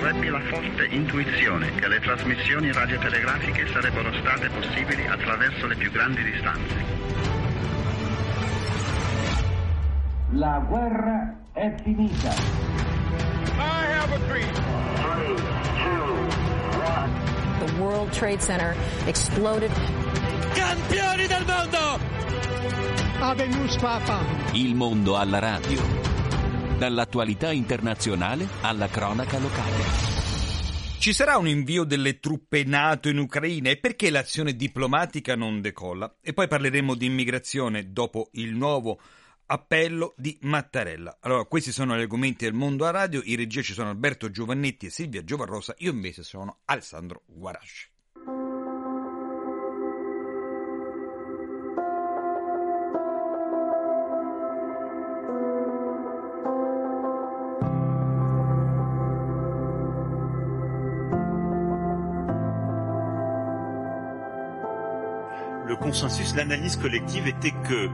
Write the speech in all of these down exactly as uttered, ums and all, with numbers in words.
Ebbi la forte intuizione che le trasmissioni radiotelegrafiche sarebbero state possibili attraverso le più grandi distanze. La guerra è finita. I have a dream. Three, two, one. The World Trade Center exploded. Campioni del mondo! Habemus Papam. Il mondo alla radio. Dall'attualità internazionale alla cronaca locale. Ci sarà un invio delle truppe NATO in Ucraina e perché l'azione diplomatica non decolla? E poi parleremo di immigrazione dopo il nuovo appello di Mattarella. Allora, questi sono gli argomenti del mondo a radio. In regia ci sono Alberto Giovannetti e Silvia Giovarrosa. Io invece sono Alessandro Guarasci. Le consensus, l'analyse collective était que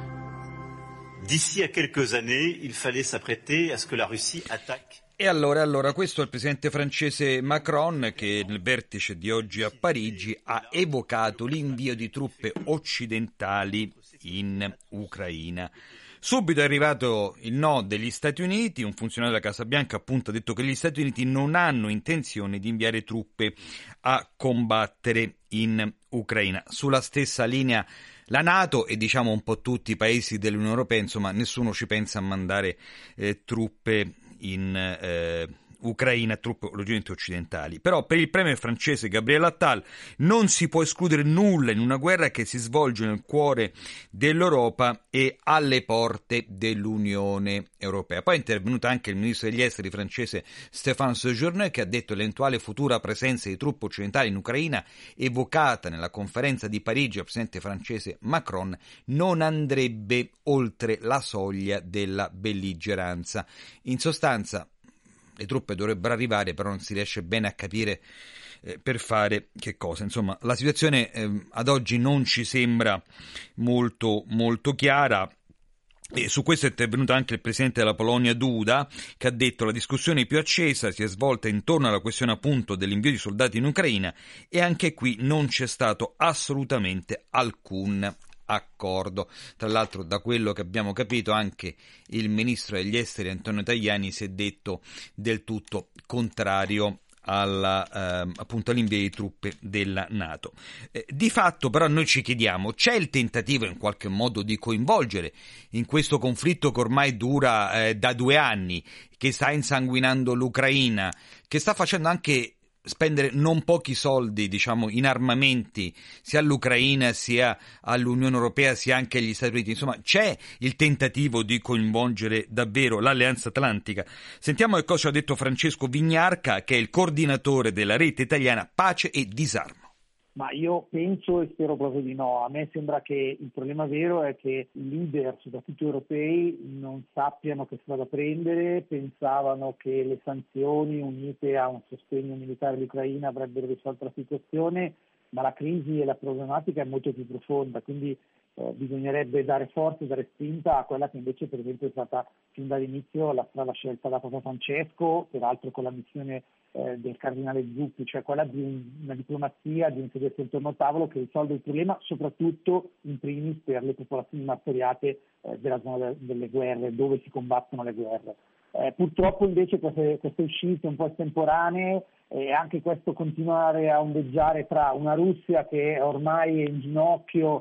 d'ici à quelques années, il fallait s'apprêter à ce que la Russie attaque. E allora, allora, questo è il presidente francese Macron che nel vertice di oggi a Parigi ha evocato l'invio di truppe occidentali in Ucraina. Subito è arrivato il no degli Stati Uniti. Un funzionario della Casa Bianca appunto ha detto che gli Stati Uniti non hanno intenzione di inviare truppe a combattere in Ucraina. Sulla stessa linea la NATO e diciamo un po' tutti i paesi dell'Unione Europea, insomma nessuno ci pensa a mandare eh, truppe in eh, Ucraina, truppe logicamente occidentali. Però per il premier francese Gabriel Attal non si può escludere nulla in una guerra che si svolge nel cuore dell'Europa e alle porte dell'Unione Europea. Poi è intervenuto anche il ministro degli esteri francese Stéphane Séjourné, che ha detto che l'eventuale futura presenza di truppe occidentali in Ucraina, evocata nella conferenza di Parigi al presidente francese Macron, non andrebbe oltre la soglia della belligeranza. In sostanza le truppe dovrebbero arrivare, però non si riesce bene a capire eh, per fare che cosa. Insomma, la situazione eh, ad oggi non ci sembra molto, molto chiara. E su questo è intervenuto anche il presidente della Polonia Duda, che ha detto la discussione più accesa si è svolta intorno alla questione appunto dell'invio di soldati in Ucraina e anche qui non c'è stato assolutamente alcun accordo. Tra l'altro, da quello che abbiamo capito, anche il ministro degli esteri Antonio Tajani si è detto del tutto contrario alla, eh, appunto all'invio di truppe della NATO. Eh, di fatto però noi ci chiediamo, c'è il tentativo in qualche modo di coinvolgere in questo conflitto che ormai dura eh, da due anni, che sta insanguinando l'Ucraina, che sta facendo anche spendere non pochi soldi, diciamo, in armamenti sia all'Ucraina sia all'Unione Europea sia anche agli Stati Uniti. Insomma, c'è il tentativo di coinvolgere davvero l'Alleanza Atlantica. Sentiamo che cosa ha detto Francesco Vignarca, che è il coordinatore della rete italiana Pace e Disarmo. Ma io penso e spero proprio di no. A me sembra che il problema vero è che i leader, soprattutto europei, non sappiano che strada prendere, pensavano che le sanzioni unite a un sostegno militare all'Ucraina avrebbero risolto la situazione, ma la crisi e la problematica è molto più profonda, quindi eh, bisognerebbe dare forza e dare spinta a quella che invece per esempio è stata fin dall'inizio la strada scelta da Papa Francesco, peraltro con la missione Eh, del cardinale Zuppi, cioè quella di un, una diplomazia, di un sedersi intorno al tavolo che risolve il problema soprattutto in primis per le popolazioni martoriate eh, della zona de- delle guerre, dove si combattono le guerre. Eh, purtroppo invece queste, queste uscite un po' estemporanee e anche questo continuare a ondeggiare tra una Russia che ormai è in ginocchio,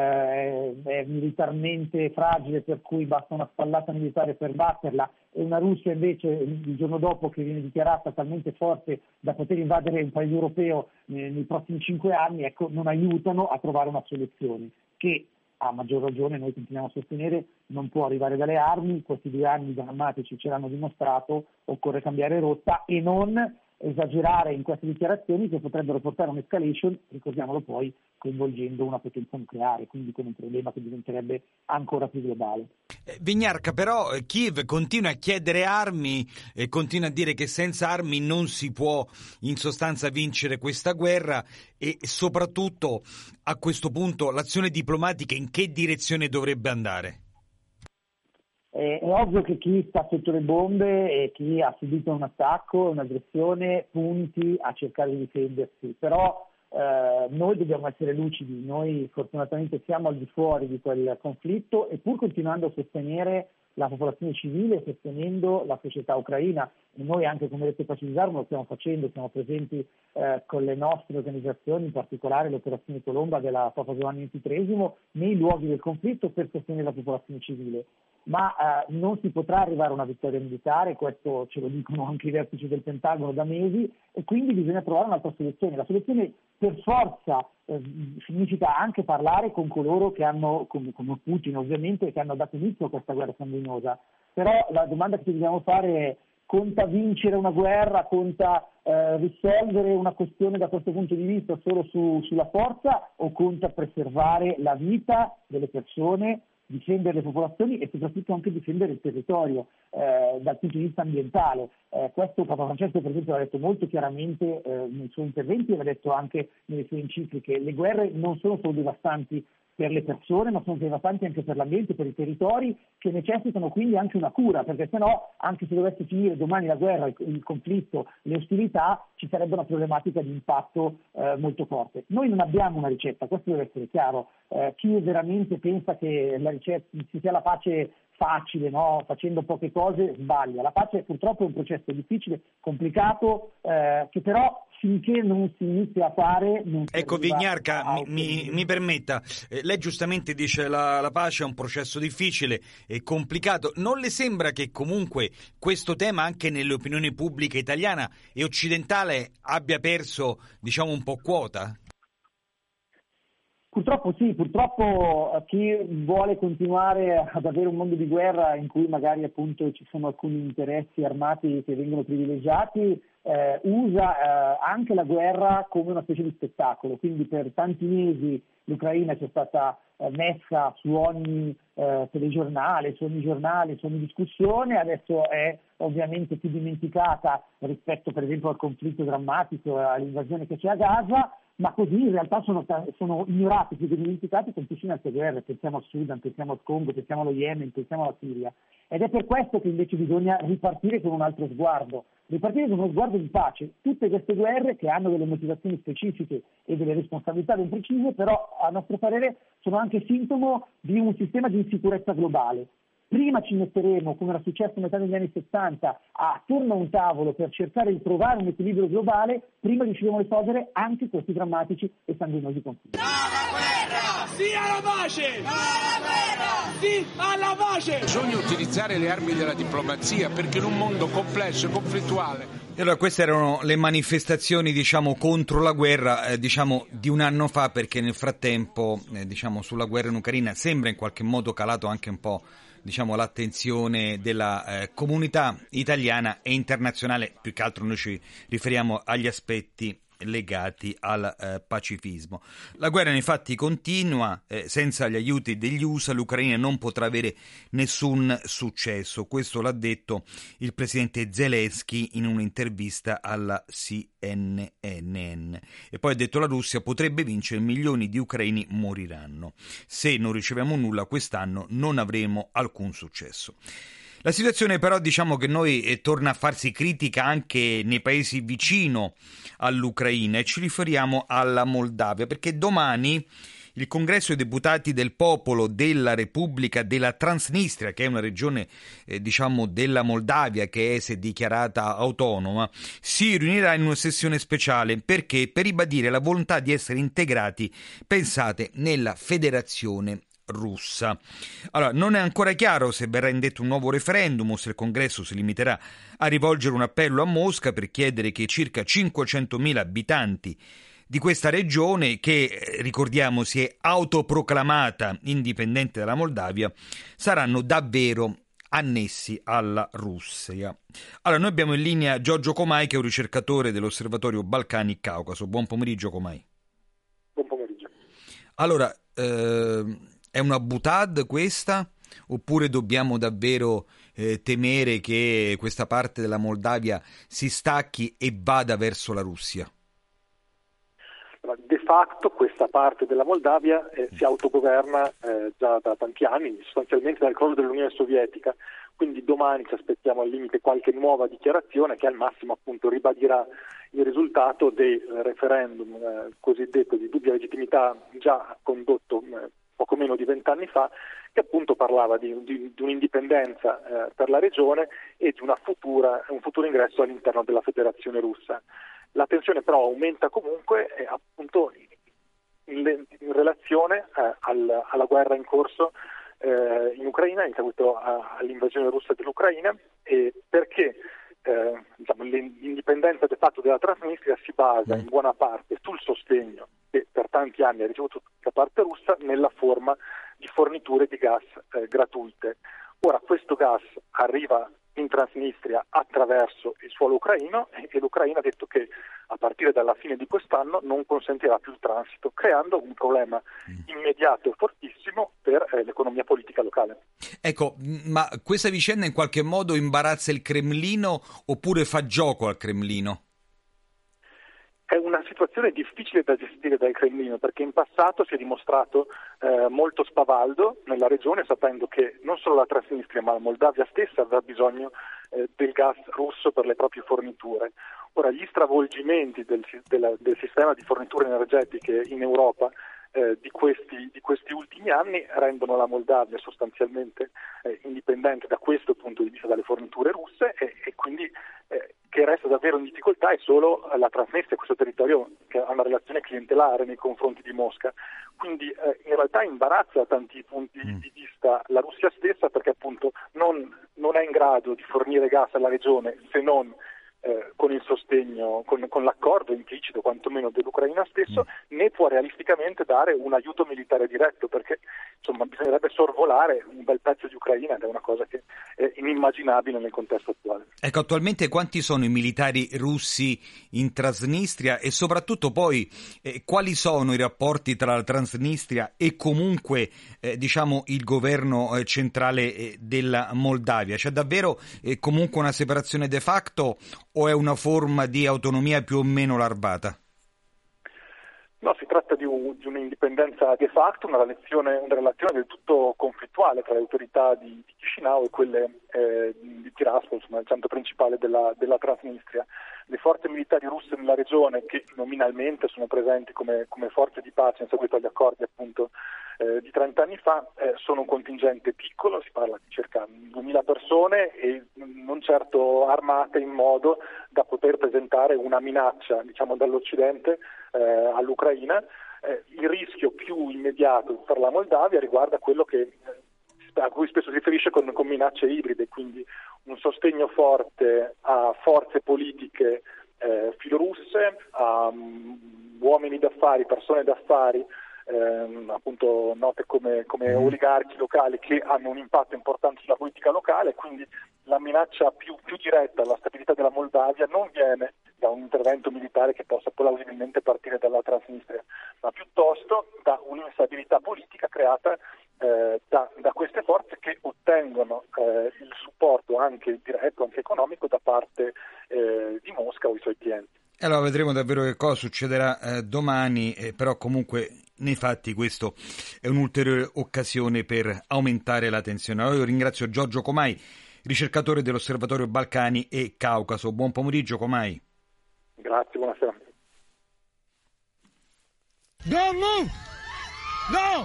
eh, è militarmente fragile per cui basta una spallata militare per batterla, e una Russia invece il giorno dopo che viene dichiarata talmente forte da poter invadere un paese europeo nei, nei prossimi cinque anni, ecco, non aiutano a trovare una soluzione che a maggior ragione noi continuiamo a sostenere non può arrivare dalle armi. Questi due anni drammatici ce l'hanno dimostrato, occorre cambiare rotta e non esagerare in queste dichiarazioni che potrebbero portare a un'escalation, ricordiamolo poi, coinvolgendo una potenza nucleare, quindi con un problema che diventerebbe ancora più globale. Vignarca, però Kiev continua a chiedere armi e continua a dire che senza armi non si può in sostanza vincere questa guerra, e soprattutto a questo punto l'azione diplomatica in che direzione dovrebbe andare? È, è ovvio che chi sta sotto le bombe e chi ha subito un attacco, un'aggressione, punti a cercare di difendersi, però eh, noi dobbiamo essere lucidi, noi fortunatamente siamo al di fuori di quel conflitto e pur continuando a sostenere la popolazione civile, sostenendo la società ucraina, e noi anche come Rete Pace Disarmo lo stiamo facendo, siamo presenti eh, con le nostre organizzazioni, in particolare l'operazione Colomba della Papa Giovanni ventitreesimo, nei luoghi del conflitto per sostenere la popolazione civile. Ma eh, non si potrà arrivare a una vittoria militare, questo ce lo dicono anche i vertici del Pentagono da mesi, e quindi bisogna trovare un'altra soluzione. La soluzione per forza eh, significa anche parlare con coloro che hanno, come, come Putin ovviamente, che hanno dato inizio a questa guerra sanguinosa. Però la domanda che ci dobbiamo fare è: conta vincere una guerra, conta eh, risolvere una questione da questo punto di vista solo su, sulla forza, o conta preservare la vita delle persone, difendere le popolazioni e soprattutto anche difendere il territorio eh, dal punto di vista ambientale. Eh, questo Papa Francesco per esempio l'ha detto molto chiaramente eh, nei suoi interventi e l'ha detto anche nelle sue encicliche. Le guerre non sono solo devastanti per le persone, ma sono devastanti anche per l'ambiente, per i territori, che necessitano quindi anche una cura, perché sennò, anche se dovesse finire domani la guerra, il, il conflitto, le ostilità, ci sarebbe una problematica di impatto eh, molto forte. Noi non abbiamo una ricetta, questo deve essere chiaro. Eh, chi veramente pensa che la ricetta, ci sia la pace facile, no? Facendo poche cose, sbaglia. La pace purtroppo è un processo difficile, complicato, eh, che però finché non si inizia a fare... Non si ecco Vignarca, mi, mi, mi permetta, eh, lei giustamente dice la, la pace è un processo difficile e complicato. Non le sembra che comunque questo tema anche nell'opinione pubblica italiana e occidentale abbia perso, diciamo, un po' quota? Purtroppo sì, purtroppo chi vuole continuare ad avere un mondo di guerra in cui magari appunto ci sono alcuni interessi armati che vengono privilegiati, eh, usa eh, anche la guerra come una specie di spettacolo. Quindi per tanti mesi l'Ucraina c'è stata eh, messa su ogni eh, telegiornale, su ogni giornale, su ogni discussione, adesso è ovviamente più dimenticata rispetto per esempio al conflitto drammatico, all'invasione che c'è a Gaza. Ma così in realtà sono, sono ignorati, più dimenticati tantissime altre guerre, pensiamo al Sudan, pensiamo al Congo, pensiamo allo Yemen, pensiamo alla Siria. Ed è per questo che invece bisogna ripartire con un altro sguardo, ripartire con uno sguardo di pace. Tutte queste guerre che hanno delle motivazioni specifiche e delle responsabilità ben precise, però a nostro parere sono anche sintomo di un sistema di insicurezza globale. Prima ci metteremo, come era successo a metà degli anni settanta, attorno a un tavolo per cercare di trovare un equilibrio globale, prima riusciremo a risolvere anche questi drammatici e sanguinosi conflitti. No alla guerra! Sì alla pace! No alla guerra! Sì alla pace! Bisogna utilizzare le armi della diplomazia, perché in un mondo complesso e conflittuale... E allora queste erano le manifestazioni, diciamo, contro la guerra, eh, diciamo, di un anno fa, perché nel frattempo, eh, diciamo, sulla guerra in Ucraina sembra in qualche modo calato anche un po', diciamo, l'attenzione della eh, comunità italiana e internazionale. Più che altro noi ci riferiamo agli aspetti legati al eh, pacifismo. La guerra infatti continua, eh, senza gli aiuti degli U S A l'Ucraina non potrà avere nessun successo. Questo l'ha detto il presidente Zelensky in un'intervista alla C N N. E poi ha detto: la Russia potrebbe vincere, milioni di ucraini moriranno. Se non riceviamo nulla quest'anno non avremo alcun successo. La situazione però, diciamo che noi eh, torna a farsi critica anche nei paesi vicino all'Ucraina, e ci riferiamo alla Moldavia, perché domani il Congresso dei Deputati del Popolo della Repubblica della Transnistria, che è una regione eh, diciamo della Moldavia che è, si è dichiarata autonoma, si riunirà in una sessione speciale. Perché? Per ribadire la volontà di essere integrati, pensate, nella federazione russa. Allora, non è ancora chiaro se verrà indetto un nuovo referendum o se il Congresso si limiterà a rivolgere un appello a Mosca per chiedere che circa cinquecentomila abitanti di questa regione, che ricordiamo si è autoproclamata indipendente dalla Moldavia, saranno davvero annessi alla Russia. Allora, noi abbiamo in linea Giorgio Comai, che è un ricercatore dell'Osservatorio Balcani Caucaso. Buon pomeriggio, Comai. Buon pomeriggio. Allora, eh, è una boutade questa, oppure dobbiamo davvero eh, temere che questa parte della Moldavia si stacchi e vada verso la Russia? De facto questa parte della Moldavia eh, si autogoverna eh, già da tanti anni, sostanzialmente dal crollo dell'Unione Sovietica, quindi domani ci aspettiamo al limite qualche nuova dichiarazione che al massimo appunto ribadirà il risultato del referendum eh, cosiddetto di dubbia legittimità già condotto eh, poco meno di vent'anni fa, che appunto parlava di, di, di un'indipendenza eh, per la regione e di una futura, un futuro ingresso all'interno della Federazione Russa. La tensione però aumenta comunque eh, appunto in, in relazione eh, al, alla guerra in corso eh, in Ucraina, in seguito a, all'invasione russa dell'Ucraina, e perché eh, diciamo, l'indipendenza de fatto della Transnistria si basa in buona parte sul sostegno che per tanti anni ha ricevuto da parte russa nella forma di forniture di gas eh, gratuite. Ora questo gas arriva in Transnistria attraverso il suolo ucraino e, e l'Ucraina ha detto che a partire dalla fine di quest'anno non consentirà più il transito, creando un problema immediato e fortissimo per eh, l'economia politica locale. Ecco, ma questa vicenda in qualche modo imbarazza il Cremlino oppure fa gioco al Cremlino? È una situazione difficile da gestire dal Cremlino perché in passato si è dimostrato eh, molto spavaldo nella regione, sapendo che non solo la Transnistria ma la Moldavia stessa aveva bisogno eh, del gas russo per le proprie forniture. Ora gli stravolgimenti del, del, del sistema di forniture energetiche in Europa eh, di, questi, di questi ultimi anni rendono la Moldavia sostanzialmente eh, indipendente da questo punto di vista dalle forniture russe e, e quindi eh, che resta davvero in difficoltà è solo la Transnistria, questo territorio che ha una relazione clientelare nei confronti di Mosca. Quindi eh, in realtà imbarazza da tanti punti di vista la Russia stessa perché appunto non, non è in grado di fornire gas alla regione se non eh, con il sostegno, con, con l'accordo implicito quantomeno dell'Ucraina stesso, mm. né può realisticamente dare un aiuto militare diretto perché insomma bisognerebbe sorvolare un bel pezzo di Ucraina ed è una cosa che è inimmaginabile nel contesto attuale. Ecco, attualmente quanti sono i militari russi in Transnistria e soprattutto poi eh, quali sono i rapporti tra la Transnistria e comunque eh, diciamo il governo eh, centrale eh, della Moldavia? C'è davvero eh, comunque una separazione de facto o è una forma di autonomia più o meno larvata? No, si tratta di, un, di un'indipendenza de facto, una relazione, una relazione del tutto conflittuale tra le autorità di, di Chisinau e quelle eh, di Tiraspol, insomma, il centro principale della, della Transnistria. Le forze militari russe nella regione, che nominalmente sono presenti come, come forze di pace in seguito agli accordi appunto eh, di trent'anni fa, eh, sono un contingente piccolo, si parla di circa duemila persone e non certo armate in modo da poter presentare una minaccia, diciamo, dall'Occidente eh, all'Ucraina. Eh, il rischio più immediato per la Moldavia riguarda quello che eh, a cui spesso si riferisce con, con minacce ibride, quindi un sostegno forte a forze politiche eh, filorusse, a um, uomini d'affari, persone d'affari, ehm, appunto note come, come oligarchi locali che hanno un impatto importante sulla politica locale, quindi la minaccia più, più diretta alla stabilità della Moldavia non viene da un intervento militare che possa plausibilmente partire dalla Transnistria, ma piuttosto da un'instabilità politica creata eh, da, da queste forze che ottengono eh, il supporto anche diretto, anche economico da parte eh, di Mosca o i suoi clienti. Allora vedremo davvero che cosa succederà eh, domani, eh, però comunque nei fatti questo è un'ulteriore occasione per aumentare la tensione. Allora io ringrazio Giorgio Comai, ricercatore dell'Osservatorio Balcani e Caucaso. Buon pomeriggio Comai. Grazie, buonasera. Don't move! No!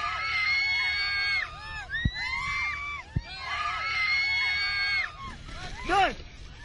No!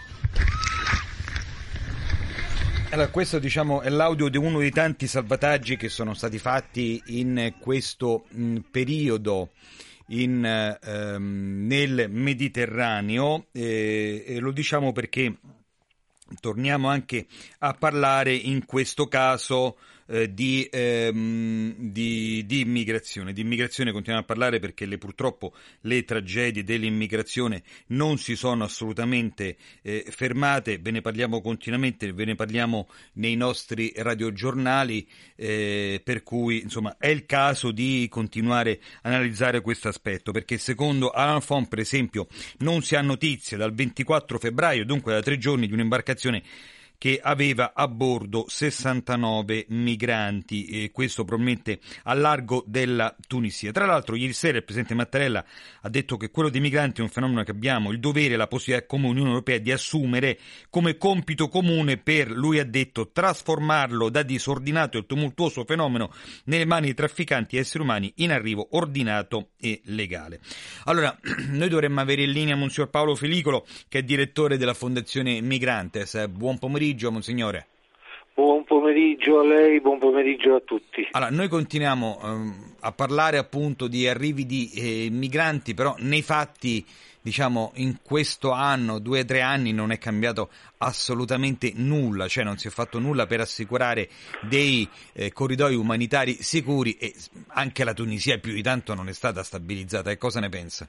Allora, questo diciamo è l'audio di uno dei tanti salvataggi che sono stati fatti in questo mh, periodo in, ehm, nel Mediterraneo eh, e lo diciamo perché torniamo anche a parlare in questo caso eh, di, ehm, di, di immigrazione. Di immigrazione continuiamo a parlare perché le, purtroppo le tragedie dell'immigrazione non si sono assolutamente eh, fermate, ve ne parliamo continuamente, ve ne parliamo nei nostri radiogiornali, eh, per cui insomma è il caso di continuare a analizzare questo aspetto, perché secondo Alan Fon per esempio non si ha notizia dal ventiquattro febbraio, dunque da tre giorni, di un'imbarcazione che aveva a bordo sessantanove migranti, e questo probabilmente a largo della Tunisia. Tra l'altro ieri sera il presidente Mattarella ha detto che quello dei migranti è un fenomeno che abbiamo il dovere e la possibilità come Unione Europea di assumere come compito comune per, lui ha detto, trasformarlo da disordinato e tumultuoso fenomeno nelle mani di trafficanti di esseri umani in arrivo ordinato e legale. Allora, noi dovremmo avere in linea Monsignor Paolo Felicolo, che è direttore della Fondazione Migrantes. Buon pomeriggio, Monsignore. Buon pomeriggio a lei, buon pomeriggio a tutti. Allora, noi continuiamo um, a parlare appunto di arrivi di eh, migranti, però nei fatti, diciamo, in questo anno, due o tre anni non è cambiato assolutamente nulla, cioè non si è fatto nulla per assicurare dei eh, corridoi umanitari sicuri, e anche la Tunisia più di tanto non è stata stabilizzata. E cosa ne pensa?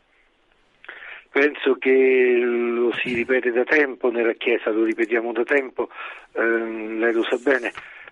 Penso che lo si ripete da tempo, nella Chiesa lo ripetiamo da tempo, ehm, lei lo sa bene,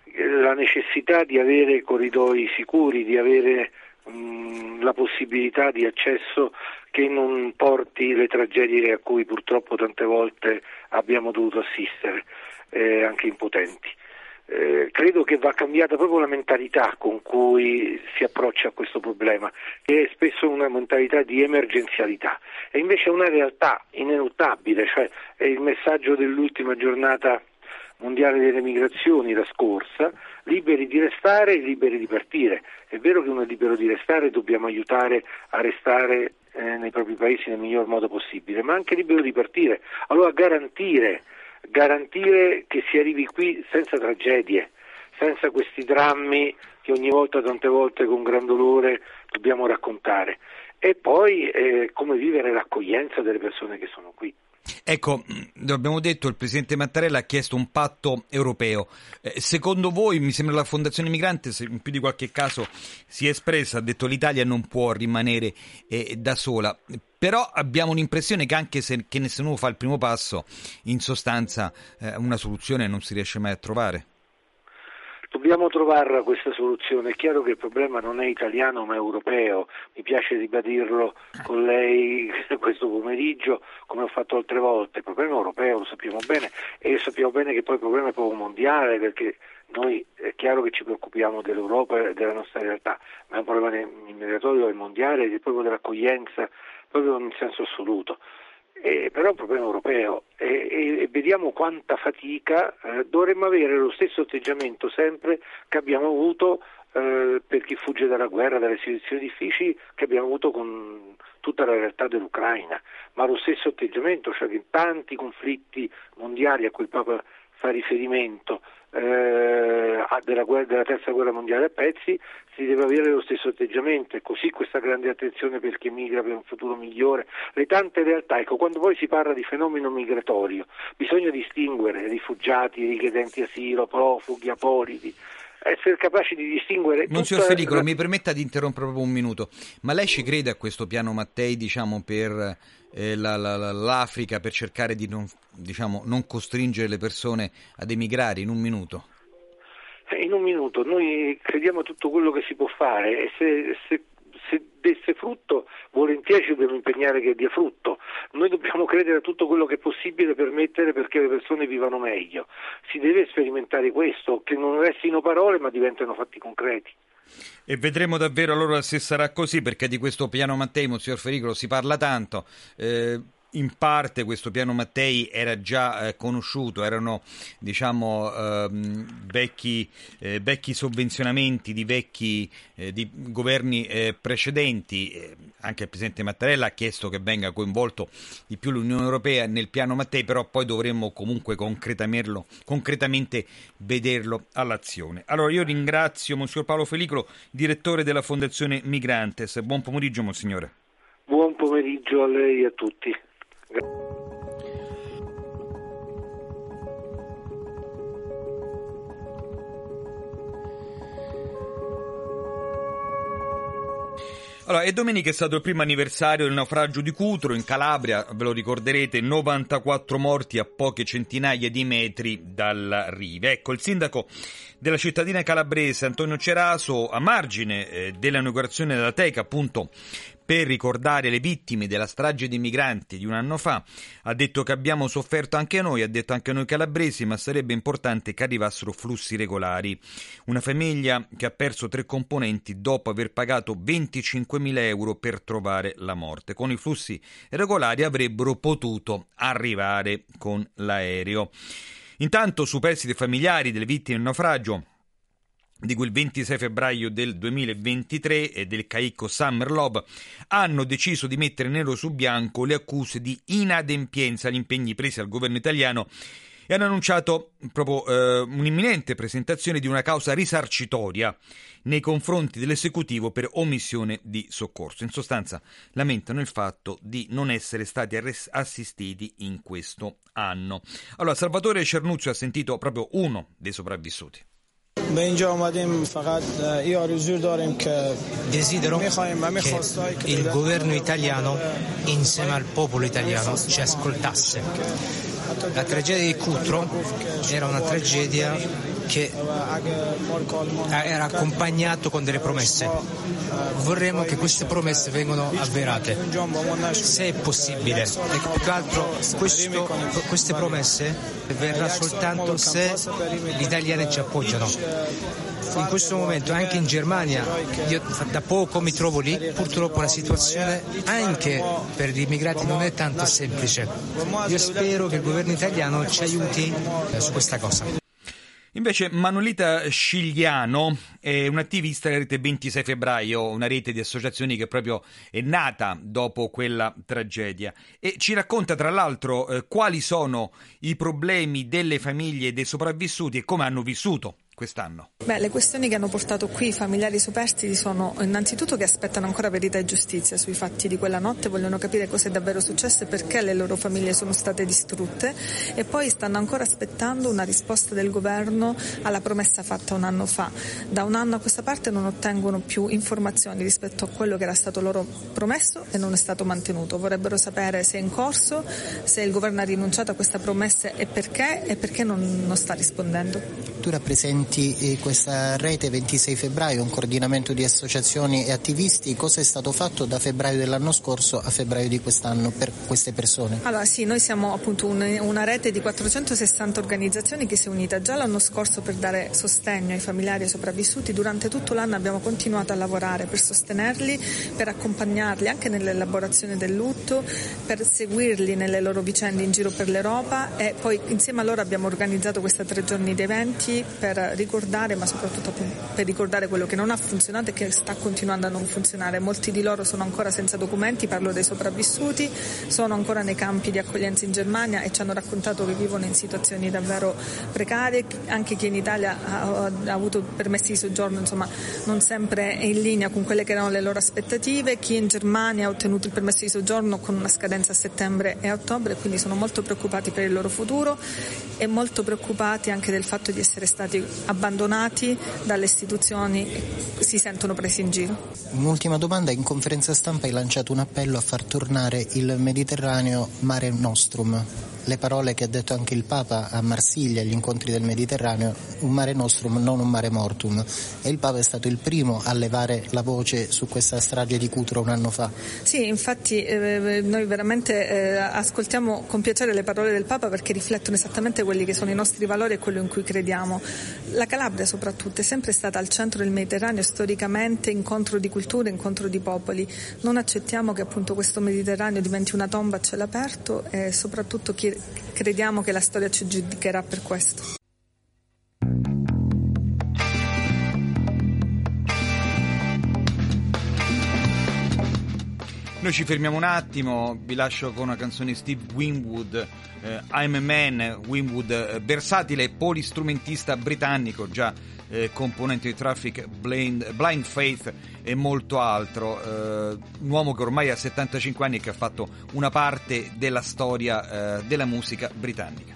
la necessità di avere corridoi sicuri, di avere mh, la possibilità di accesso che non porti le tragedie a cui purtroppo tante volte abbiamo dovuto assistere, eh, anche impotenti. Eh, credo che va cambiata proprio la mentalità con cui si approccia a questo problema, che è spesso una mentalità di emergenzialità, e invece è una realtà ineluttabile, cioè è il messaggio dell'ultima giornata mondiale delle migrazioni, la scorsa: liberi di restare, liberi di partire. È vero che uno è libero di restare, dobbiamo aiutare a restare eh, nei propri paesi nel miglior modo possibile, ma anche libero di partire. Allora garantire garantire che si arrivi qui senza tragedie, senza questi drammi che ogni volta, tante volte con gran dolore dobbiamo raccontare, e poi eh, come vivere l'accoglienza delle persone che sono qui. Ecco, lo abbiamo detto, il presidente Mattarella ha chiesto un patto europeo. Eh, secondo voi, mi sembra la Fondazione Migrantes in più di qualche caso si è espressa, ha detto l'Italia non può rimanere eh, da sola. Però abbiamo l'impressione che anche se che nessuno fa il primo passo, in sostanza eh, una soluzione non si riesce mai a trovare. Dobbiamo trovarla questa soluzione. È chiaro che il problema non è italiano ma europeo, mi piace ribadirlo con lei questo pomeriggio come ho fatto altre volte. Il problema è europeo, lo sappiamo bene, e sappiamo bene che poi il problema è proprio mondiale, perché noi è chiaro che ci preoccupiamo dell'Europa e della nostra realtà, ma è un problema immigratorio e mondiale, è proprio dell'accoglienza, proprio in senso assoluto. Eh, però è un problema europeo, e, e, e vediamo quanta fatica. Eh, dovremmo avere lo stesso atteggiamento sempre che abbiamo avuto eh, per chi fugge dalla guerra, dalle situazioni difficili, che abbiamo avuto con tutta la realtà dell'Ucraina, ma lo stesso atteggiamento, cioè che in tanti conflitti mondiali a cui il Papa fa riferimento, eh, della, guerra, della terza guerra mondiale a pezzi, si deve avere lo stesso atteggiamento, e così questa grande attenzione per chi migra per un futuro migliore, le tante realtà. Ecco, quando poi si parla di fenomeno migratorio bisogna distinguere rifugiati, richiedenti asilo, profughi, apolidi, essere capaci di distinguere. Monsignor Felicolo, la... mi permetta di interrompere proprio un minuto, ma lei ci crede a questo piano Mattei, diciamo, per eh, la, la, la, l'Africa, per cercare di non, diciamo, non costringere le persone ad emigrare? In un minuto. In un minuto, noi crediamo a tutto quello che si può fare, e se, se, se desse frutto volentieri ci dobbiamo impegnare che dia frutto. Noi dobbiamo credere a tutto quello che è possibile per permettere perché le persone vivano meglio. Si deve sperimentare questo, che non restino parole ma diventano fatti concreti. E vedremo davvero allora se sarà così, perché di questo piano Mattei, Monsignor Felicolo, si parla tanto. Eh... In parte questo piano Mattei era già eh, conosciuto, erano diciamo ehm, vecchi, eh, vecchi sovvenzionamenti di vecchi eh, di governi eh, precedenti. Eh, anche il presidente Mattarella ha chiesto che venga coinvolto di più l'Unione Europea nel piano Mattei, però poi dovremmo comunque concretamente vederlo all'azione. Allora io ringrazio Monsignor Paolo Felicolo, direttore della Fondazione Migrantes. Buon pomeriggio, Monsignore. Buon pomeriggio a lei e a tutti. Allora, e domenica è stato il primo anniversario del naufragio di Cutro in Calabria, ve lo ricorderete, novantaquattro morti a poche centinaia di metri dalla riva. Ecco, il sindaco della cittadina calabrese Antonio Ceraso, a margine eh, dell'inaugurazione della teca, appunto per ricordare le vittime della strage di migranti di un anno fa. Ha detto che abbiamo sofferto anche noi, ha detto anche noi calabresi, ma sarebbe importante che arrivassero flussi regolari. Una famiglia che ha perso tre componenti dopo aver pagato venticinquemila euro per trovare la morte. Con i flussi regolari avrebbero potuto arrivare con l'aereo. Intanto, superstiti familiari delle vittime del naufragio di quel ventisei febbraio del duemilaventitré e del caicco Summer Love hanno deciso di mettere nero su bianco le accuse di inadempienza agli impegni presi al governo italiano e hanno annunciato proprio eh, un'imminente presentazione di una causa risarcitoria nei confronti dell'esecutivo per omissione di soccorso. In sostanza lamentano il fatto di non essere stati arres- assistiti in questo anno. Allora, Salvatore Cernuzio ha sentito proprio uno dei sopravvissuti. Desidero che il governo italiano insieme al popolo italiano ci ascoltasse. La tragedia di Cutro era una tragedia che era accompagnato con delle promesse. Vorremmo che queste promesse vengano avverate, se è possibile, e più che altro questo, queste promesse verrà soltanto se gli italiani ci appoggiano. In questo momento anche in Germania, io da poco mi trovo lì, purtroppo la situazione anche per gli immigrati non è tanto semplice. Io spero che il governo italiano ci aiuti su questa cosa. Invece Manuelita Scigliano è un'attivista della rete ventisei febbraio, una rete di associazioni che proprio è nata dopo quella tragedia, e ci racconta tra l'altro eh, quali sono i problemi delle famiglie dei sopravvissuti e come hanno vissuto quest'anno. Beh, le questioni che hanno portato qui i familiari superstiti sono innanzitutto che aspettano ancora verità e giustizia sui fatti di quella notte, vogliono capire cosa è davvero successo e perché le loro famiglie sono state distrutte, e poi stanno ancora aspettando una risposta del governo alla promessa fatta un anno fa. Da un anno a questa parte non ottengono più informazioni rispetto a quello che era stato loro promesso e non è stato mantenuto. Vorrebbero sapere se è in corso, se il governo ha rinunciato a questa promessa e perché, e perché non, non sta rispondendo. Tu rappresenti questa rete ventisei febbraio, un coordinamento di associazioni e attivisti. Cosa è stato fatto da febbraio dell'anno scorso a febbraio di quest'anno per queste persone? Allora sì, noi siamo appunto un, una rete di quattrocentosessanta organizzazioni che si è unita già l'anno scorso per dare sostegno ai familiari e sopravvissuti. Durante tutto l'anno abbiamo continuato a lavorare per sostenerli, per accompagnarli anche nell'elaborazione del lutto, per seguirli nelle loro vicende in giro per l'Europa, e poi insieme a loro abbiamo organizzato questi tre giorni di eventi per ricordare, ma soprattutto per ricordare quello che non ha funzionato e che sta continuando a non funzionare. Molti di loro sono ancora senza documenti, parlo dei sopravvissuti, sono ancora nei campi di accoglienza in Germania e ci hanno raccontato che vivono in situazioni davvero precarie. Anche chi in Italia ha, ha avuto permessi di soggiorno, insomma, non sempre è in linea con quelle che erano le loro aspettative. Chi in Germania ha ottenuto il permesso di soggiorno con una scadenza a settembre e a ottobre, quindi sono molto preoccupati per il loro futuro e molto preoccupati anche del fatto di essere stati abbandonati dalle istituzioni, si sentono presi in giro. Un'ultima domanda: in conferenza stampa hai lanciato un appello a far tornare il Mediterraneo Mare Nostrum. Le parole che ha detto anche il Papa a Marsiglia agli incontri del Mediterraneo, un Mare Nostrum, non un Mare Mortum, e il Papa è stato il primo a levare la voce su questa strage di Cutro un anno fa. Sì, infatti eh, noi veramente eh, ascoltiamo con piacere le parole del Papa, perché riflettono esattamente quelli che sono i nostri valori e quello in cui crediamo. La Calabria soprattutto è sempre stata al centro del Mediterraneo, storicamente incontro di culture, incontro di popoli. Non accettiamo che appunto questo Mediterraneo diventi una tomba a cielo aperto, e soprattutto chi crediamo che la storia ci giudicherà per questo. Noi ci fermiamo un attimo, vi lascio con una canzone di Steve Winwood, eh, I'm a Man. Winwood, eh, versatile polistrumentista britannico, già eh, componente di Traffic, Blind, Blind Faith e molto altro, eh, un uomo che ormai ha settantacinque anni e che ha fatto una parte della storia eh, della musica britannica.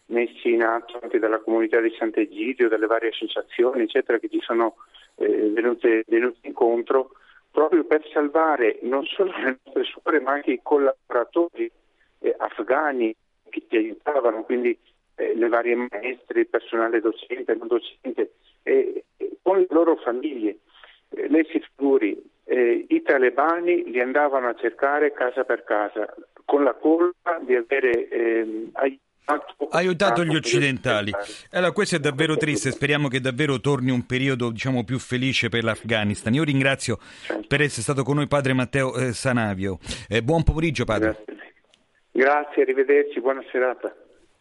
messi in atto anche dalla comunità di Sant'Egidio, dalle varie associazioni eccetera che ci sono eh, venute, venute incontro proprio per salvare non solo le nostre suore ma anche i collaboratori eh, afghani che ci aiutavano, quindi eh, le varie maestre, il personale docente, non docente, eh, eh, con le loro famiglie. Eh, lei si figuri, eh, i talebani li andavano a cercare casa per casa con la colpa di avere eh, aiutato aiutato gli occidentali. Allora questo è davvero triste, speriamo che davvero torni un periodo diciamo più felice per l'Afghanistan. Io ringrazio certo. per essere stato con noi padre Matteo eh, Sanavio. Eh, buon pomeriggio padre. Grazie. Grazie, arrivederci, buona serata.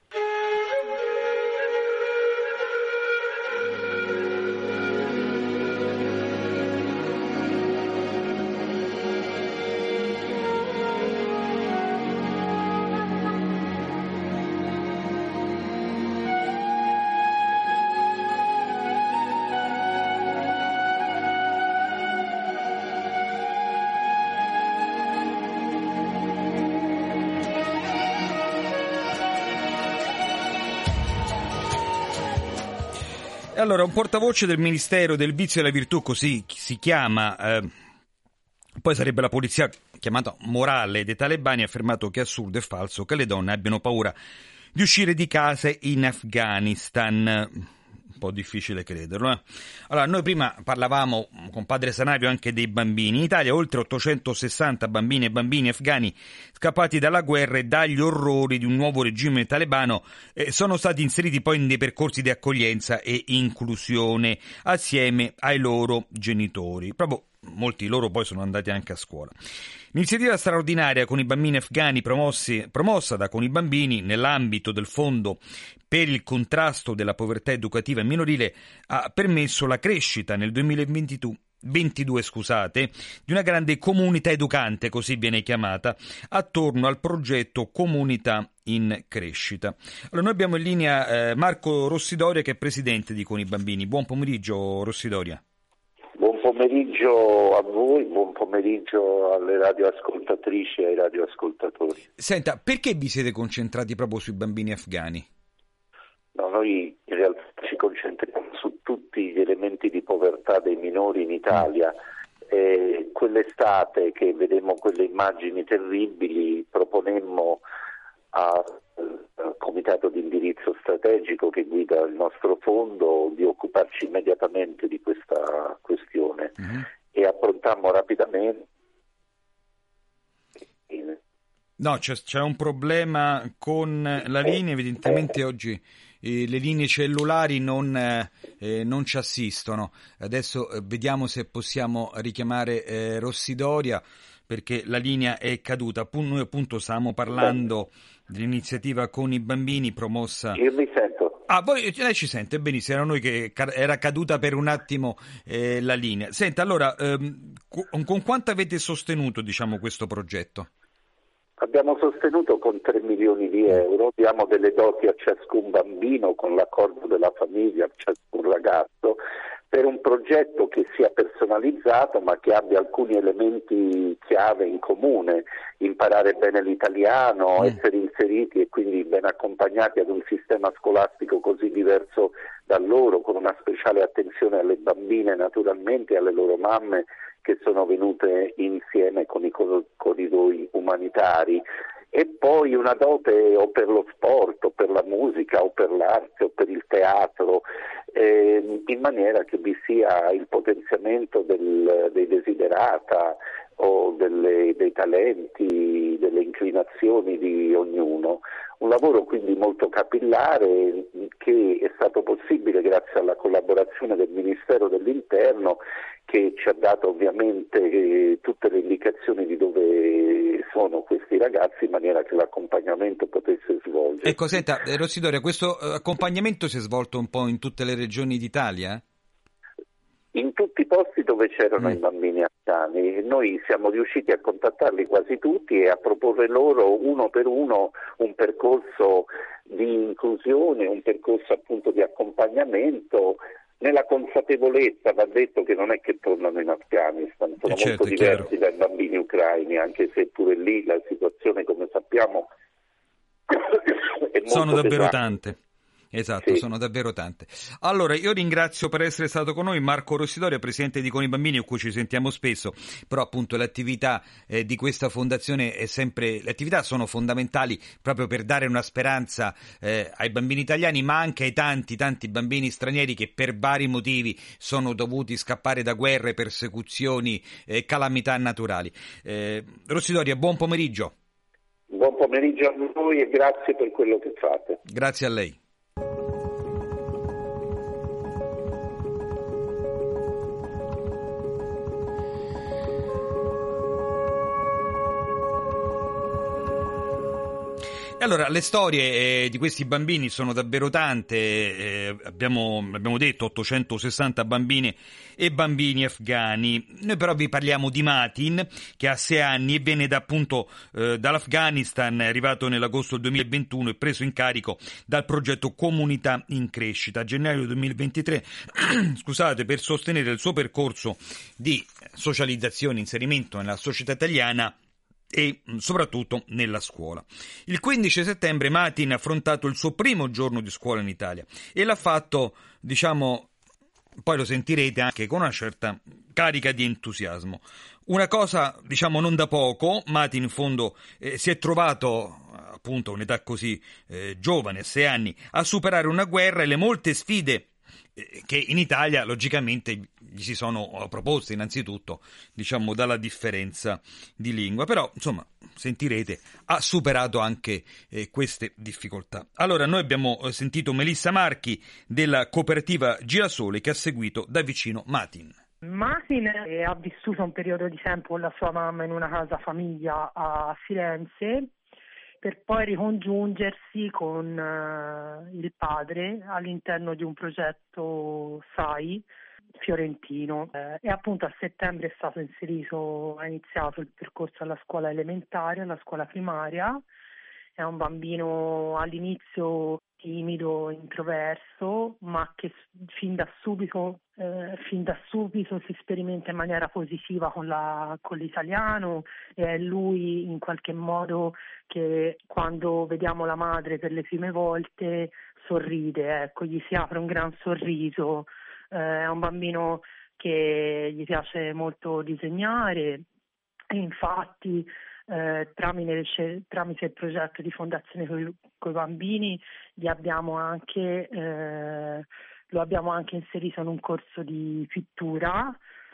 Allora, un portavoce del Ministero del Vizio e della Virtù, così si chiama, eh, poi sarebbe la polizia chiamata morale dei talebani, ha affermato che è assurdo e falso che le donne abbiano paura di uscire di casa in Afghanistan. Un po' difficile crederlo. Eh? Allora, noi prima parlavamo con padre Sanavio anche dei bambini. In Italia oltre ottocentosessanta bambine e bambini afghani scappati dalla guerra e dagli orrori di un nuovo regime talebano eh, sono stati inseriti poi in dei percorsi di accoglienza e inclusione assieme ai loro genitori. Proprio molti di loro poi sono andati anche a scuola. L'iniziativa straordinaria con i bambini afghani promossi, promossa da Con i Bambini nell'ambito del Fondo per il contrasto della povertà educativa minorile ha permesso la crescita nel duemilaventidue scusate, di una grande comunità educante, così viene chiamata, attorno al progetto Comunità in Crescita. Allora, noi abbiamo in linea eh, Marco Rossidoria, che è presidente di Con i Bambini. Buon pomeriggio Rossidoria. Buon pomeriggio a voi, buon pomeriggio alle radioascoltatrici e ai radioascoltatori. Senta, perché vi siete concentrati proprio sui bambini afghani? No, noi in realtà ci concentriamo su tutti gli elementi di povertà dei minori in Italia. E quell'estate che vedemmo quelle immagini terribili proponemmo al comitato di indirizzo strategico che guida il nostro fondo di occuparci immediatamente di questa questione uh-huh. e approntammo rapidamente. No, c'è, c'è un problema con la linea, evidentemente oggi eh, le linee cellulari non, eh, non ci assistono. Adesso eh, vediamo se possiamo richiamare eh, Rossidoria, perché la linea è caduta. Noi appunto stavamo parlando dell'iniziativa Con i Bambini promossa... Io mi sento. Ah, voi, lei ci sente? Benissimo, era noi che era caduta per un attimo eh, la linea. Senta, allora, ehm, con, con quanto avete sostenuto, diciamo, questo progetto? Abbiamo sostenuto con tre milioni di euro, diamo delle doti a ciascun bambino con l'accordo della famiglia, a ciascun ragazzo, per un progetto che sia personalizzato ma che abbia alcuni elementi chiave in comune: imparare bene l'italiano, mm. essere inseriti e quindi ben accompagnati ad un sistema scolastico così diverso da loro, con una speciale attenzione alle bambine naturalmente e alle loro mamme che sono venute insieme con i corridoi umanitari, e poi una dote o per lo sport o per la musica o per l'arte o per il teatro, eh, in maniera che vi sia il potenziamento del, dei desiderata o delle, dei talenti, delle inclinazioni di ognuno. Un lavoro quindi molto capillare che è stato possibile grazie alla collaborazione del Ministero dell'Interno, che ci ha dato ovviamente eh, tutte le indicazioni di dove sono questi ragazzi in maniera che l'accompagnamento potesse svolgersi. Ecco, senta, eh, Rossidoria, questo eh, accompagnamento si è svolto un po' in tutte le regioni d'Italia? In tutti i posti dove c'erano mm. i bambini afghani. Noi siamo riusciti a contattarli quasi tutti e a proporre loro uno per uno un percorso di inclusione, un percorso appunto di accompagnamento, nella consapevolezza, va detto, che non è che tornano in Afghanistan, sono eh certo, molto diversi dai bambini ucraini, anche se pure lì la situazione, come sappiamo, è molto sono davvero pesante. tante. Esatto, sì. Sono davvero tante. Allora, io ringrazio per essere stato con noi Marco Rossidoria, presidente di Con i Bambini, con cui ci sentiamo spesso, però appunto l'attività eh, di questa fondazione è sempre, le attività sono fondamentali proprio per dare una speranza eh, ai bambini italiani, ma anche ai tanti, tanti bambini stranieri che per vari motivi sono dovuti scappare da guerre, persecuzioni e eh, calamità naturali. Eh, Rossidoria, buon pomeriggio. Buon pomeriggio a voi e grazie per quello che fate. Grazie a lei. E allora, le storie eh, di questi bambini sono davvero tante, eh, abbiamo, abbiamo detto ottocentosessanta bambine e bambini afghani. Noi però vi parliamo di Matin, che ha sei anni e viene da, appunto eh, dall'Afghanistan, è arrivato nell'agosto del duemilaventuno e preso in carico dal progetto Comunità in Crescita. A gennaio duemilaventitré, scusate, per sostenere il suo percorso di socializzazione, inserimento nella società italiana e soprattutto nella scuola. Il quindici settembre Matin ha affrontato il suo primo giorno di scuola in Italia e l'ha fatto, diciamo, poi lo sentirete, anche con una certa carica di entusiasmo. Una cosa, diciamo, non da poco. Matin in fondo eh, si è trovato, appunto a un'età così eh, giovane, a sei anni, a superare una guerra e le molte sfide che in Italia logicamente gli si sono proposte, innanzitutto diciamo dalla differenza di lingua, però insomma sentirete ha superato anche eh, queste difficoltà. Allora, noi abbiamo sentito Melissa Marchi della cooperativa Girasole, che ha seguito da vicino Matin. Matin ha vissuto un periodo di tempo con la sua mamma in una casa famiglia a Firenze, per poi ricongiungersi con uh, il padre all'interno di un progetto S A I fiorentino eh, e appunto a settembre è stato inserito, ha iniziato il percorso alla scuola elementare, alla scuola primaria. È un bambino all'inizio timido, introverso, ma che fin da subito, eh, fin da subito si sperimenta in maniera positiva con, la, con l'italiano, e è lui in qualche modo che quando vediamo la madre per le prime volte sorride, ecco, gli si apre un gran sorriso. Eh, è un bambino che gli piace molto disegnare e infatti Eh, tramite, tramite il progetto di Fondazione Coi Bambini gli abbiamo anche, eh, lo abbiamo anche inserito in un corso di pittura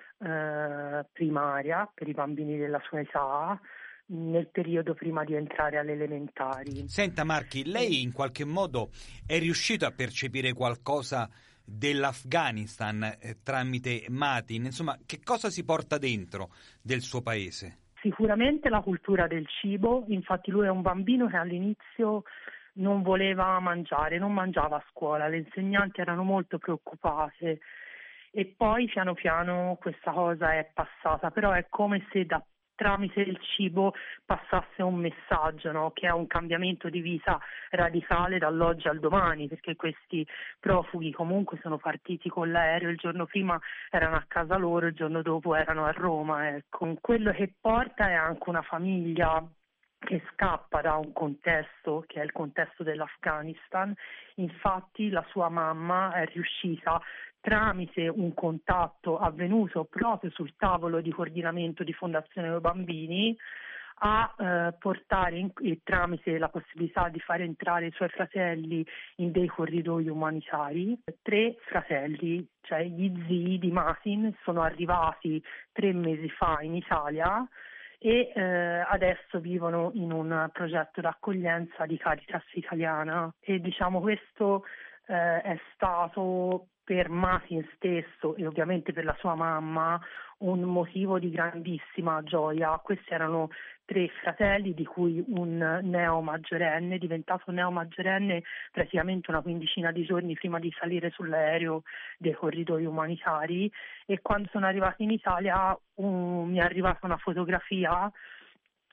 eh, primaria per i bambini della sua età nel periodo prima di entrare alle elementari. Senta Marchi, lei in qualche modo è riuscito a percepire qualcosa dell'Afghanistan eh, tramite Matin? Insomma, che cosa si porta dentro del suo paese? Sicuramente la cultura del cibo, infatti lui è un bambino che all'inizio non voleva mangiare, non mangiava a scuola, le insegnanti erano molto preoccupate e poi piano piano questa cosa è passata, però è come se da tramite il cibo passasse un messaggio, no? Che è un cambiamento di vita radicale dall'oggi al domani, perché questi profughi comunque sono partiti con l'aereo, il giorno prima erano a casa loro, il giorno dopo erano a Roma. Ecco. Quello che porta è anche una famiglia che scappa da un contesto che è il contesto dell'Afghanistan. Infatti la sua mamma è riuscita tramite un contatto avvenuto proprio sul tavolo di coordinamento di Fondazione Coi Bambini a eh, portare in, e tramite la possibilità di fare entrare i suoi fratelli in dei corridoi umanitari. Tre fratelli, cioè gli zii di Matin, sono arrivati tre mesi fa in Italia e eh, adesso vivono in un progetto d'accoglienza di Caritas italiana e diciamo questo eh, è stato per Matin stesso e ovviamente per la sua mamma un motivo di grandissima gioia. Questi erano tre fratelli di cui un neo maggiorenne, diventato neo maggiorenne praticamente una quindicina di giorni prima di salire sull'aereo dei corridoi umanitari, e quando sono arrivati in Italia um, mi è arrivata una fotografia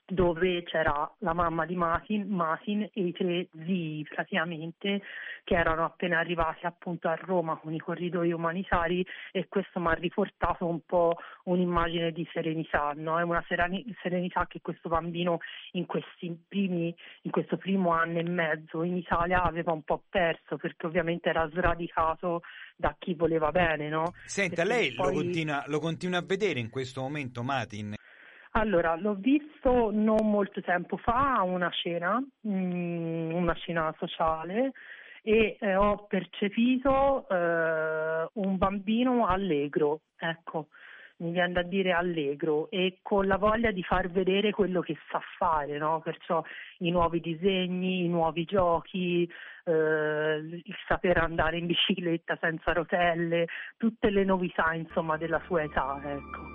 dove c'era la mamma di Masin, Masin e i tre zii praticamente, che erano appena arrivati appunto a Roma con i corridoi umanitari, e questo mi ha riportato un po' un'immagine di serenità, no? È una serani- serenità che questo bambino in questi primi, in questo primo anno e mezzo in Italia aveva un po' perso, perché ovviamente era sradicato da chi voleva bene, no? Senta, Perché lei poi... lo, continua, lo continua a vedere in questo momento, Matin? Allora, l'ho visto non molto tempo fa a una cena, mh, una cena sociale, e eh, ho percepito eh, un bambino allegro, ecco, mi viene da dire allegro, e con la voglia di far vedere quello che sa fare, no? Perciò i nuovi disegni, i nuovi giochi, eh, il saper andare in bicicletta senza rotelle, tutte le novità insomma della sua età, ecco.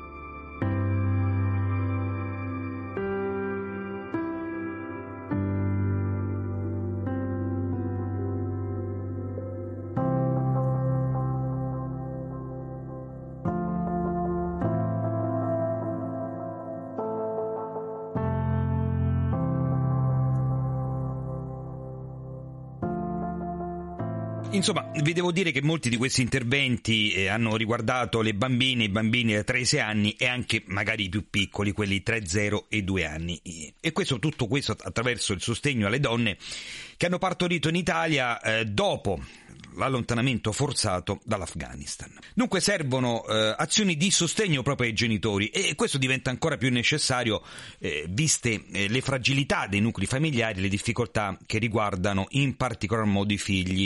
Insomma, vi devo dire che molti di questi interventi eh, hanno riguardato le bambine, i bambini da tre ai sei anni e anche magari i più piccoli, quelli tra zero e due anni. E questo, tutto questo attraverso il sostegno alle donne che hanno partorito in Italia eh, dopo l'allontanamento forzato dall'Afghanistan. Dunque servono eh, azioni di sostegno proprio ai genitori, e questo diventa ancora più necessario eh, viste eh, le fragilità dei nuclei familiari, le difficoltà che riguardano in particolar modo i figli.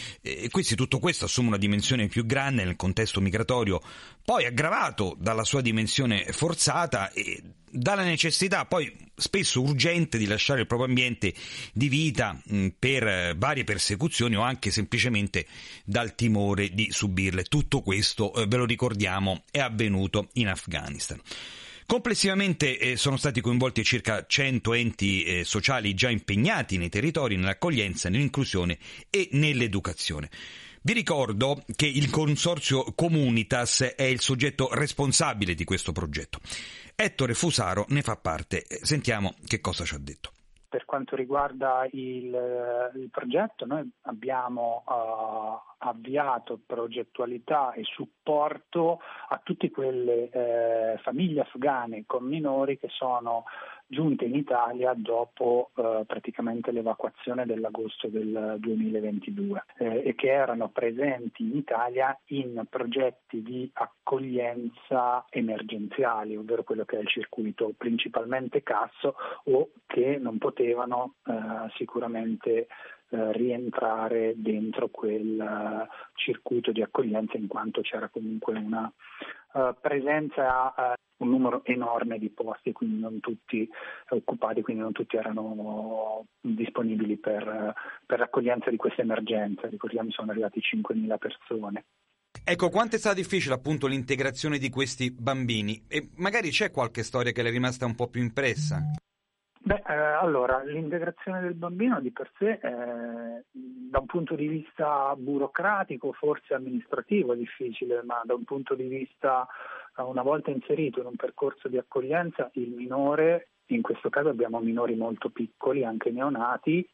E questi, tutto questo assume una dimensione più grande nel contesto migratorio, poi aggravato dalla sua dimensione forzata e dalla necessità poi spesso urgente di lasciare il proprio ambiente di vita mh, per varie persecuzioni o anche semplicemente dal timore di subirle. Tutto questo, eh, ve lo ricordiamo, è avvenuto in Afghanistan. Complessivamente eh, sono stati coinvolti circa cento enti eh, sociali già impegnati nei territori, nell'accoglienza, nell'inclusione e nell'educazione. Vi ricordo che il Consorzio Comunitas è il soggetto responsabile di questo progetto. Ettore Fusaro ne fa parte. Sentiamo che cosa ci ha detto. Per quanto riguarda il, il progetto, noi abbiamo uh, avviato progettualità e supporto a tutte quelle eh, famiglie afghane con minori che sono giunte in Italia dopo eh, praticamente l'evacuazione dell'agosto del duemilaventidue eh, e che erano presenti in Italia in progetti di accoglienza emergenziali, ovvero quello che è il circuito principalmente C A S, o che non potevano eh, sicuramente eh, rientrare dentro quel uh, circuito di accoglienza, in quanto c'era comunque una uh, presenza uh, un numero enorme di posti, quindi non tutti occupati, quindi non tutti erano disponibili per, per l'accoglienza di questa emergenza. Ricordiamo, sono arrivati cinquemila persone. Ecco, quanto è stata difficile appunto l'integrazione di questi bambini, e magari c'è qualche storia che le è rimasta un po' più impressa? Beh, eh, allora, l'integrazione del bambino di per sé, eh, da un punto di vista burocratico, forse amministrativo è difficile, ma da un punto di vista, eh, una volta inserito in un percorso di accoglienza, il minore, in questo caso abbiamo minori molto piccoli, anche neonati,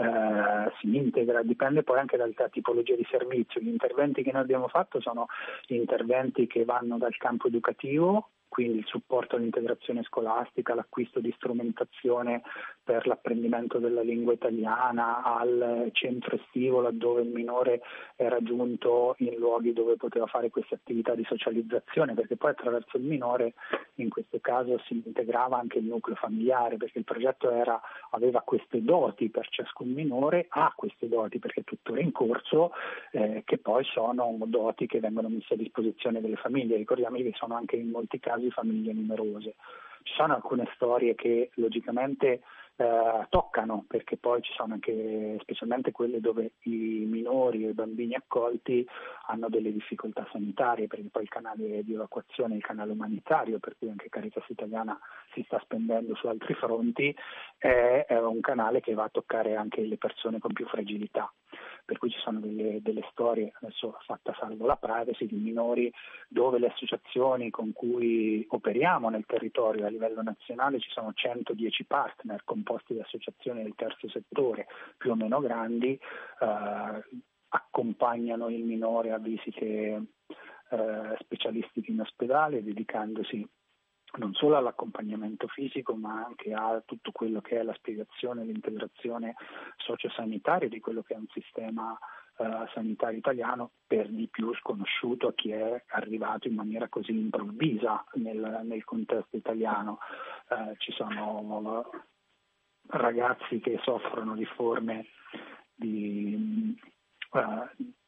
eh, si integra, dipende poi anche dalla tipologia di servizio. Gli interventi che noi abbiamo fatto sono interventi che vanno dal campo educativo, quindi il supporto all'integrazione scolastica, l'acquisto di strumentazione per l'apprendimento della lingua italiana, al centro estivo laddove il minore era giunto in luoghi dove poteva fare queste attività di socializzazione, perché poi attraverso il minore in questo caso si integrava anche il nucleo familiare, perché il progetto era, aveva queste doti per ciascun minore, ha queste doti perché è tuttora in corso, eh, che poi sono doti che vengono messe a disposizione delle famiglie. Ricordiamo che sono anche in molti casi famiglie numerose. Ci sono alcune storie che logicamente eh, toccano, perché poi ci sono anche, specialmente quelle dove i minori e i bambini accolti hanno delle difficoltà sanitarie, perché poi il canale di evacuazione, il canale umanitario, per cui anche Caritas Italiana si sta spendendo su altri fronti, è, è un canale che va a toccare anche le persone con più fragilità. per cui ci sono delle, delle storie, adesso fatta salvo la privacy, di minori dove le associazioni con cui operiamo nel territorio a livello nazionale, ci sono centodieci partner composti da associazioni del terzo settore più o meno grandi, eh, accompagnano il minore a visite eh, specialistiche in ospedale, dedicandosi non solo all'accompagnamento fisico ma anche a tutto quello che è la spiegazione, l'integrazione sociosanitaria di quello che è un sistema eh, sanitario italiano, per di più sconosciuto a chi è arrivato in maniera così improvvisa nel, nel contesto italiano. Eh, ci sono ragazzi che soffrono di forme di Uh,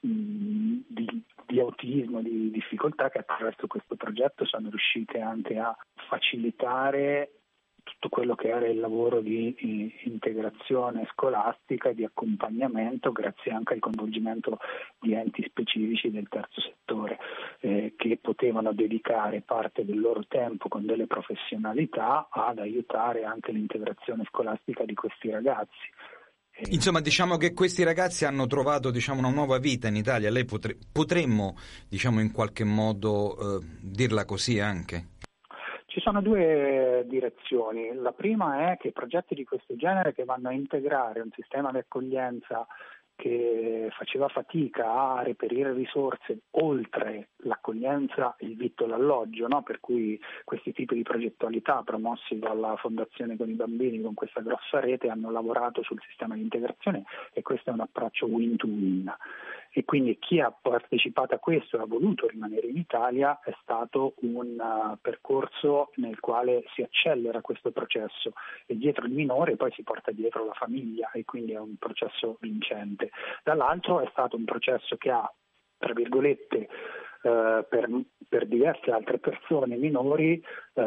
di, di autismo, di difficoltà, che attraverso questo progetto sono riuscite anche a facilitare tutto quello che era il lavoro di, di integrazione scolastica e di accompagnamento, grazie anche al coinvolgimento di enti specifici del terzo settore eh, che potevano dedicare parte del loro tempo con delle professionalità ad aiutare anche l'integrazione scolastica di questi ragazzi. Insomma, diciamo che questi ragazzi hanno trovato, diciamo, una nuova vita in Italia. Lei potre, potremmo, diciamo, in qualche modo eh, dirla così anche? Ci sono due direzioni. La prima è che progetti di questo genere, che vanno a integrare un sistema di accoglienza che faceva fatica a reperire risorse oltre l'accoglienza, il vitto e l'alloggio, no? Per cui questi tipi di progettualità promossi dalla Fondazione con i bambini, con questa grossa rete, hanno lavorato sul sistema di integrazione, e questo è un approccio win to win. E quindi chi ha partecipato a questo e ha voluto rimanere in Italia è stato un uh, percorso nel quale si accelera questo processo, e dietro il minore poi si porta dietro la famiglia, e quindi è un processo vincente. Dall'altro è stato un processo che ha, tra virgolette, uh, per, per diverse altre persone minori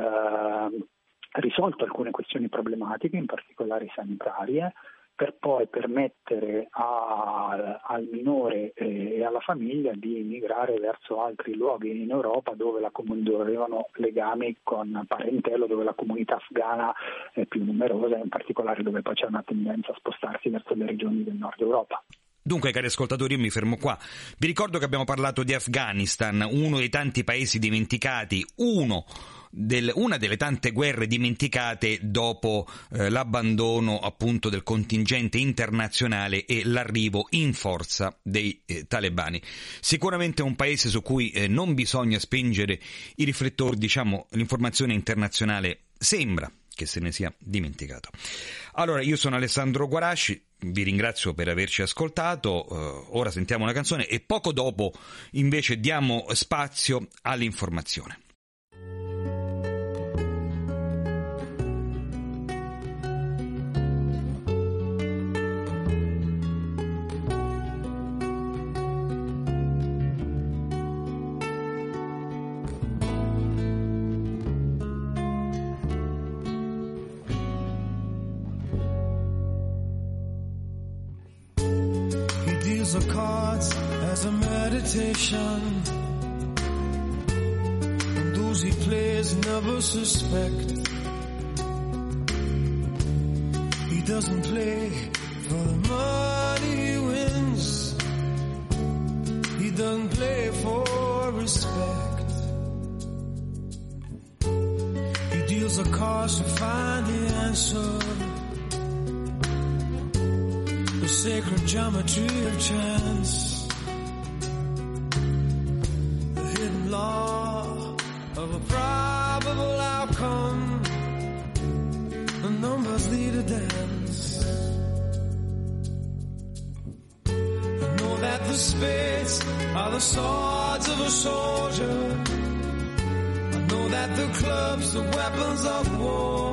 uh, risolto alcune questioni problematiche, in particolare sanitarie, per poi permettere a, al minore e alla famiglia di migrare verso altri luoghi in Europa dove, la, dove avevano legami con parentelo, dove la comunità afghana è più numerosa, in particolare dove poi c'è una tendenza a spostarsi verso le regioni del nord Europa. Dunque, cari ascoltatori, io mi fermo qua. Vi ricordo che abbiamo parlato di Afghanistan, uno dei tanti paesi dimenticati, uno del, una delle tante guerre dimenticate dopo eh, l'abbandono appunto del contingente internazionale e l'arrivo in forza dei eh, talebani. Sicuramente un paese su cui eh, non bisogna spingere i riflettori, diciamo, l'informazione internazionale sembra che se ne sia dimenticato. Allora, io sono Alessandro Guarasci, vi ringrazio per averci ascoltato, uh, ora sentiamo una canzone e poco dopo invece diamo spazio all'informazione. The cards as a meditation, and those he plays never suspect. He doesn't play for the money he wins, he doesn't play for respect. He deals the cards to find the answer, the sacred geometry of chance, the hidden law of a probable outcome. The numbers lead a dance. I know that the spades are the swords of a soldier. I know that the clubs are weapons of war.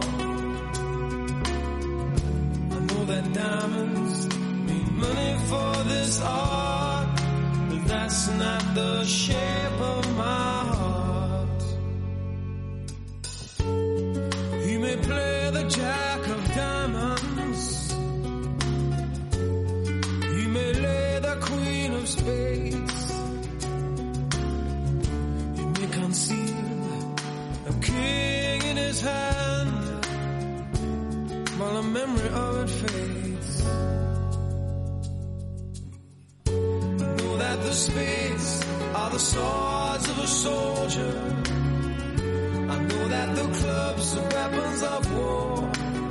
I know that diamonds money for this art, but that's not the shape of my heart. He may play the jack of diamonds, he may lay the queen of spades, he may conceal a king in his hand while the memory of it fades. spades are the swords of a soldier. I know that the clubs are weapons of war.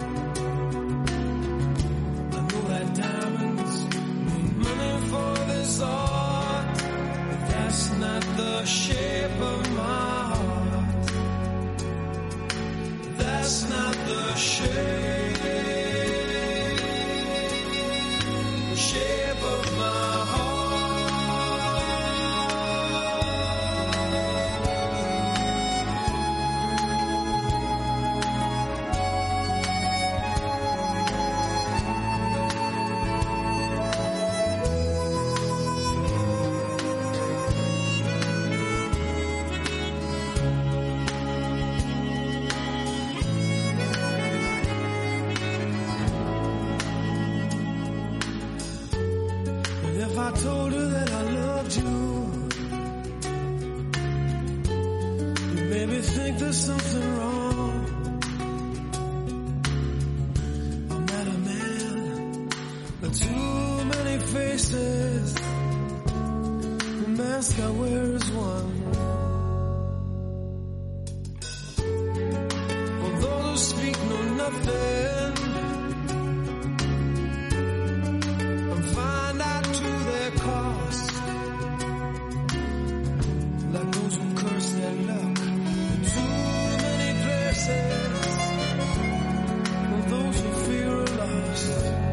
I know that diamonds need money for this art, but that's not the shape of my heart. That's not the shape, shape of my heart. If I told her that I loved you, you made me think there's something wrong. I'm not a man with too many faces. The mask I wear is one. For those who speak know nothing and find out to their cost, like those who curse their luck in too many places, or those who fear are lost.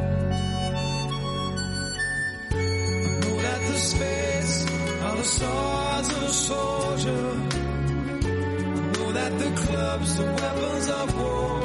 I know that the spades are the swords of a soldier. I know that the clubs are weapons of war.